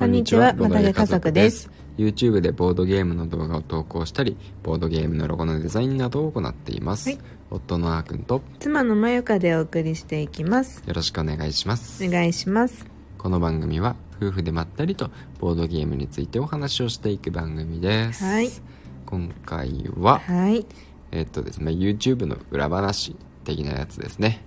こんにちは、またげ家族です。 YouTube でボードゲームの動画を投稿したり、ボードゲームのロゴのデザインなどを行っています、はい、夫のあーくんと妻のまゆかでお送りしていきます。 よろしくお願いします。 お願いします。 この番組は夫婦でまったりとボードゲームについてお話をしていく番組です、 はい、 今回は、 はい、 ですね YouTube の裏話的なやつですね。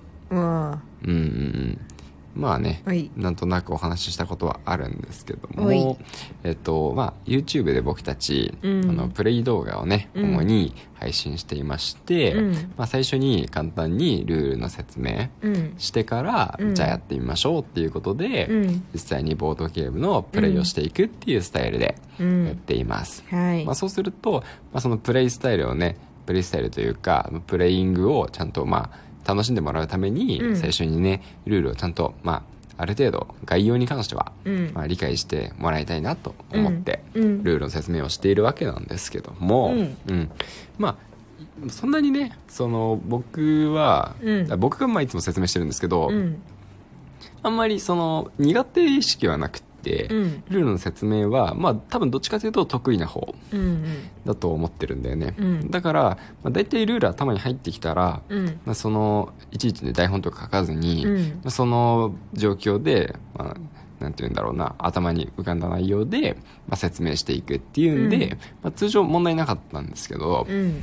まあね、なんとなくお話ししたことはあるんですけども、YouTube で僕たち、プレイ動画をね、主に配信していまして、最初に簡単にルールの説明してから、じゃあやってみましょうっていうことで、実際にボードゲームのプレイをしていくっていうスタイルでやっています、そうすると、そのプレイスタイルをね、プレイスタイルというかプレイングをちゃんと楽しんでもらうために、最初にねルールをちゃんとある程度概要に関しては、理解してもらいたいなと思って、ルールの説明をしているわけなんですけども、そんなにね、僕がいつも説明してるんですけど、あんまり苦手意識はなくて、ルールの説明は多分どっちかというと得意な方だと思ってるんだよね、だからだいたいルール頭に入ってきたら、いちいちね台本とか書かずに、その状況で、なんていうんだろうな、頭に浮かんだ内容で、説明していくっていうんで、通常問題なかったんですけど、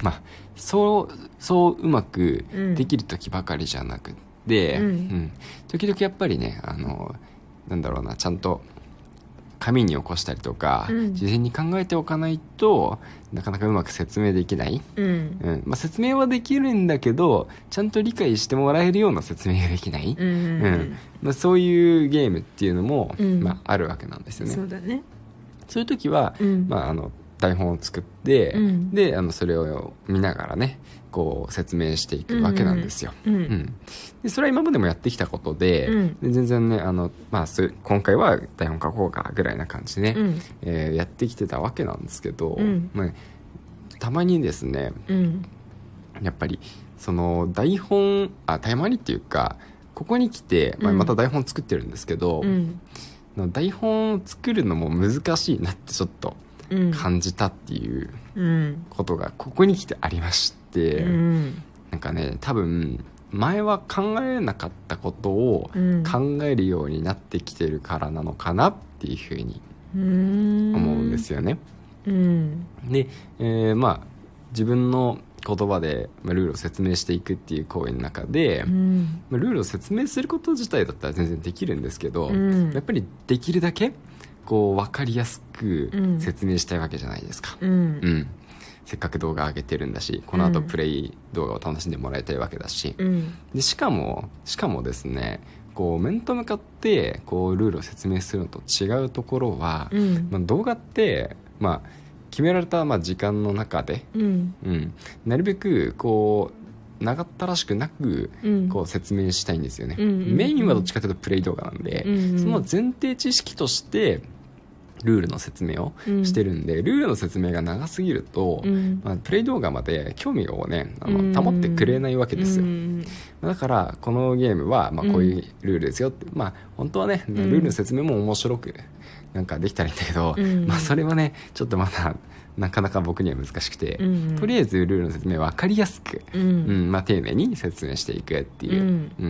そううまくできる時ばかりじゃなくて、時々やっぱりね、なんだろうな、ちゃんと紙に起こしたりとか、事前に考えておかないとなかなかうまく説明できない、説明はできるんだけどちゃんと理解してもらえるような説明ができない、そういうゲームっていうのも、あるわけなんですよね。 そうだね。 そういう時は、台本を作って、でそれを見ながらねこう説明していくわけなんですよ、でそれは今までもやってきたことで、全然ね今回は台本書こうかぐらいな感じでね、やってきてたわけなんですけど、たまにですね、やっぱりその台本たまにっていうかここに来て、また台本作ってるんですけど、台本を作るのも難しいなってちょっと感じたっていうことがここに来てありまして、なんかね、多分前は考えなかったことを考えるようになってきてるからなのかなっていうふうに思うんですよね。で、自分の言葉でルールを説明していくっていう行為の中で、ルールを説明すること自体だったら全然できるんですけど、やっぱりできるだけこう分かりやすく説明したいわけじゃないですか、せっかく動画上げてるんだし、この後プレイ動画を楽しんでもらいたいわけだし、でしかもですね、こう面と向かってこうルールを説明するのと違うところは、動画って決められた時間の中で、なるべくこう長ったらしくなくこう説明したいんですよね、メインはどっちかというとプレイ動画なんで、その前提知識としてルールの説明をしてるんで、ルールの説明が長すぎると、プレイ動画まで興味をね保ってくれないわけですよ、だからこのゲームはこういうルールですよって、本当はねルールの説明も面白くなんかできたらいいんだけど、それはねちょっとまだなかなか僕には難しくて、とりあえずルールの説明分かりやすく、丁寧に説明していくっていう、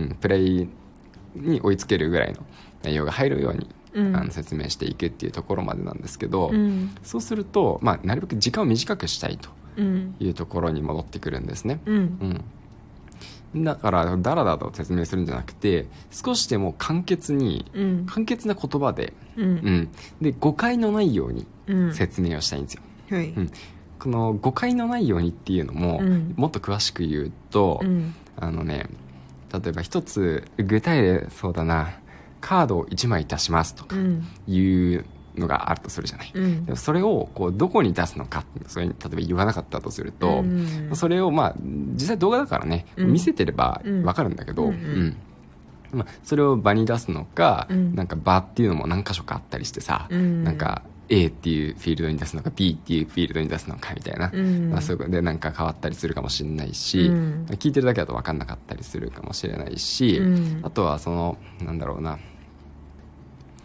プレイに追いつけるぐらいの内容が入るように説明していくっていうところまでなんですけど、そうすると、なるべく時間を短くしたいというところに戻ってくるんですね、だからダラダラと説明するんじゃなくて、少しでも簡潔な言葉で、で誤解のないように説明をしたいんですよ、この誤解のないようにっていうのも、もっと詳しく言うと、例えば一つ具体例、そうだな、カードを1枚出しますとかいうのがあるとするじゃない、でもそれをこうどこに出すのか、それに例えば言わなかったとすると、それを実際動画だからね、見せてれば分かるんだけど、それを場に出すのか、なんか場っていうのも何箇所かあったりしてさ、なんかA っていうフィールドに出すのか B っていうフィールドに出すのかみたいな、そういうことでなんか変わったりするかもしれないし、聞いてるだけだと分かんなかったりするかもしれないし、あとはなんだろうな、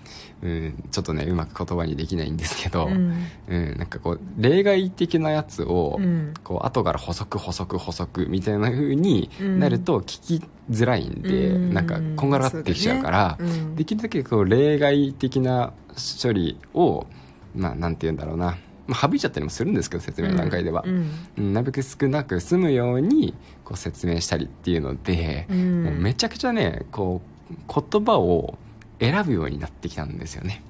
ちょっとねうまく言葉にできないんですけど、なんかこう例外的なやつを、こう後から補足みたいな風になると聞きづらいんで、なんかこんがらがってきちゃうから、できるだけこう例外的な処理をなんて言うんだろうな、省いちゃったりもするんですけど説明の段階では、なるべく少なく済むようにこう説明したりっていうので、もうめちゃくちゃねこう言葉を選ぶようになってきたんですよね。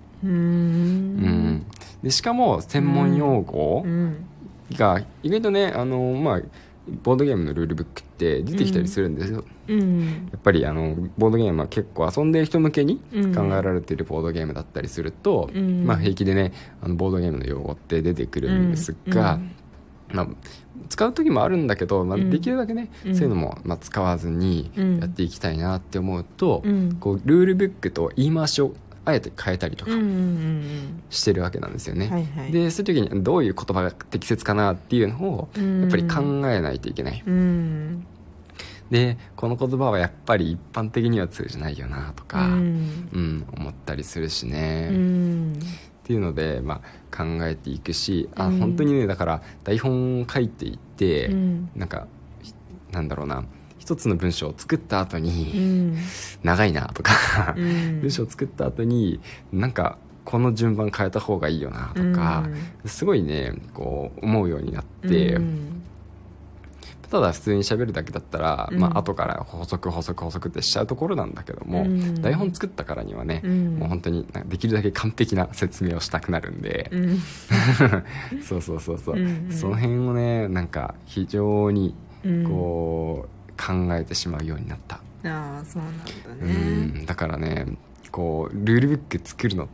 でしかも専門用語が意外とねボードゲームのルールブックって出てきたりするんですよ、やっぱりボードゲームは結構遊んでる人向けに考えられているボードゲームだったりすると、平気でねボードゲームの用語って出てくるんですが、使う時もあるんだけど、できるだけね、そういうのも使わずにやっていきたいなって思うと、こうルールブックと言い回しをあえて変えたりとかしてるわけなんですよね、でそういう時にどういう言葉が適切かなっていうのをやっぱり考えないといけない、でこの言葉はやっぱり一般的には通じないよなとか、思ったりするしね、っていうので、考えていくし、本当にねだから台本を書いていって、なんだろうな、一つの文章を作った後に、長いなとか文章を作った後にこの順番変えた方がいいよなとか、すごいねこう思うようになって、ただ普通に喋るだけだったら、後から補足ってしちゃうところなんだけども、台本作ったからにはね、もう本当にできるだけ完璧な説明をしたくなるんで、そう、その辺をね非常にこう考えてしまうようになった。 そうなんだね。 だからねこうルールブック作るのって、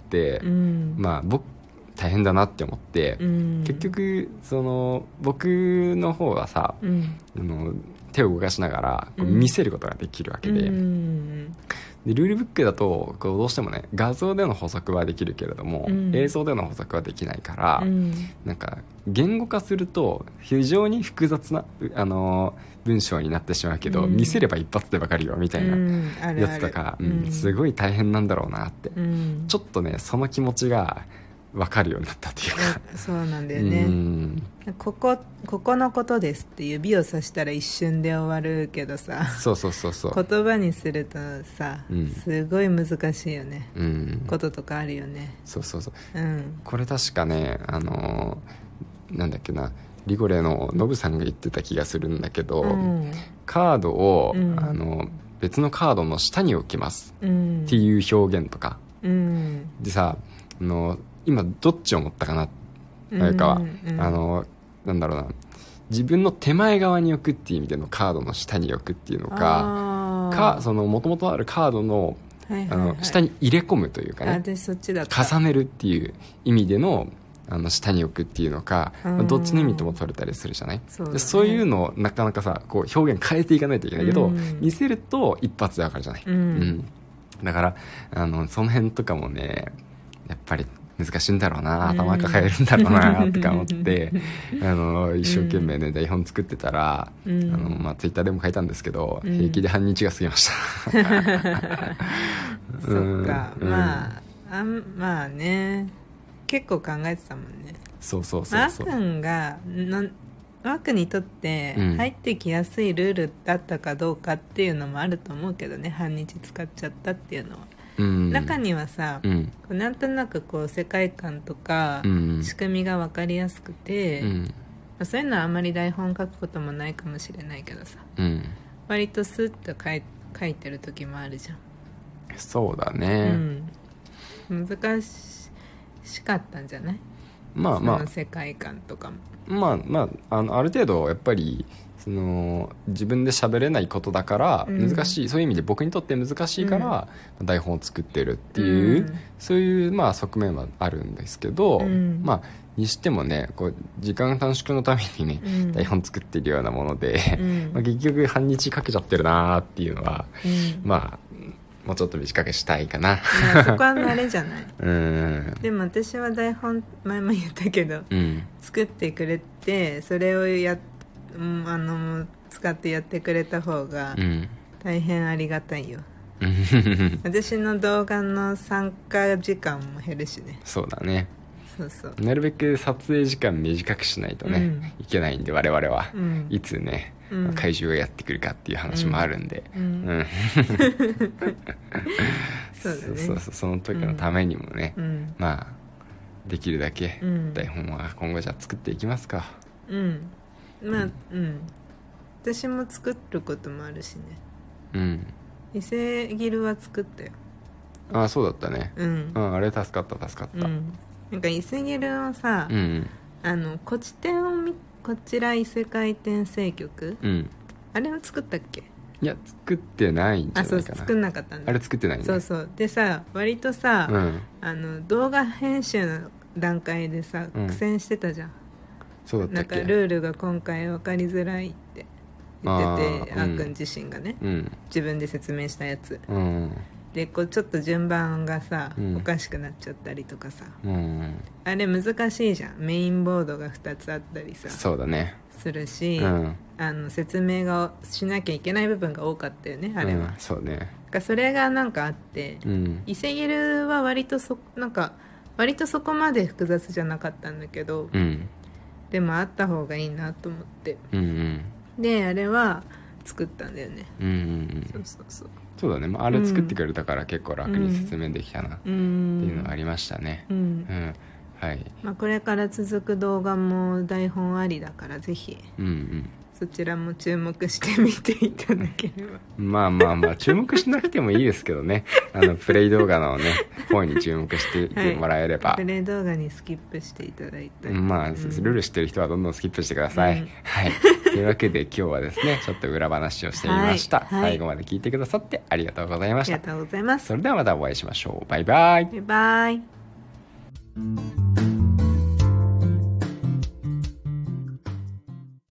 僕大変だなって思って、結局僕の方はさ、手を動かしながらこう見せることができるわけで、でルールブックだとこうどうしてもね画像での補足はできるけれども、映像での補足はできないから、言語化すると非常に複雑な文章になってしまうけど、見せれば一発でわかるよみたいなやつとか、すごい大変なんだろうなって、ちょっとねその気持ちが分かるようになったっていうか、 そうなんだよね、ここのことですって指をさしたら一瞬で終わるけどさ、 そう言葉にするとさ、すごい難しいよね、こととかあるよね。 そう、これ確かねなんだっけな、リゴレのノブさんが言ってた気がするんだけど、カードを、別のカードの下に置きます、っていう表現とか、でさ今どっちを持ったかな、誰かは、なんだろうな、自分の手前側に置くっていう意味でのカードの下に置くっていうのか、その元々あるカードの、下に入れ込むというかね、 そっちだった、 重ねるっていう意味での下に置くっていうのか、どっちの意味とも取れたりするじゃない。そういうのをなかなかさこう表現変えていかないといけないけど、見せると一発でわかるじゃない、だからその辺とかもねやっぱり難しいんだろうな、頭抱えるんだろうなとか思って一生懸命ね台本作ってたら、ツイッターでも書いたんですけど、平気で半日が過ぎましたそっか、まあね結構考えてたもんね。 そうマー君にとって入ってきやすいルールだったかどうかっていうのもあると思うけどね、半日使っちゃったっていうのは、中にはさ、なんとなくこう世界観とか仕組みが分かりやすくて、そういうのはあんまり台本書くこともないかもしれないけどさ、割とスッと書いてる時もあるじゃん。 そうだね、 難しかったんじゃない？その世界観とかもある程度やっぱり自分で喋れないことだから難しい、そういう意味で僕にとって難しいから台本を作ってるっていう、そういう側面はあるんですけど、にしてもねこう時間短縮のためにね、台本作ってるようなもので、結局半日かけちゃってるなっていうのは、もうちょっと短くしたいかな。 そこは慣れじゃないでも私は台本前も言ったけど、作ってくれてそれを使ってやってくれた方が大変ありがたいよ。 私の動画の参加時間も減るしね。 そうだね。 そうそう、 なるべく撮影時間短くしないとね、いけないんで我々は、いつね、怪獣がやってくるかっていう話もあるんで、 そうだね。 そうその時のためにもね、まあできるだけ台本は今後じゃ作っていきますか。 まあ私も作ることもあるしね。伊勢ギルは作ったよ。 ああ、そうだったね。あれ助かった。 なんか伊勢ギルはさ、こちら異世界転生曲、あれを作ったっけ？ いや、作ってないんじゃないかな。 そう、作んなかったんだ。 あれ作ってないんだ。 そうでさ、割とさ、動画編集の段階でさ、苦戦してたじゃん。 そうだったっけ？ なんかルールが今回分かりづらいって言ってて、あーくん自身がね、自分で説明したやつ、でこうちょっと順番がさ、おかしくなっちゃったりとかさ、あれ難しいじゃん。メインボードが2つあったりさ、 そうだね、 するし、説明がしなきゃいけない部分が多かったよね、あれは。 そうね。 それがなんかあって、伊勢ギルは割とそこまで複雑じゃなかったんだけど、でもあった方がいいなと思って、であれは作ったんだよね。そうだね、あれ作ってくれたから結構楽に説明できたなっていうのがありましたね。はい。 これから続く動画も台本ありだから、ぜひそちらも注目してみていただければ。 まあ注目しなくてもいいですけどね。プレイ動画のね方に注目していてもらえれば、 プレイ動画にスキップしていただいて、ルール知ってる人はどんどんスキップしてください。はい。というわけで今日はですね、ちょっと裏話をしてみました。最後まで聞いてくださってありがとうございました。 ありがとうございます。 それではまたお会いしましょう。バイバイ。 バイバイ。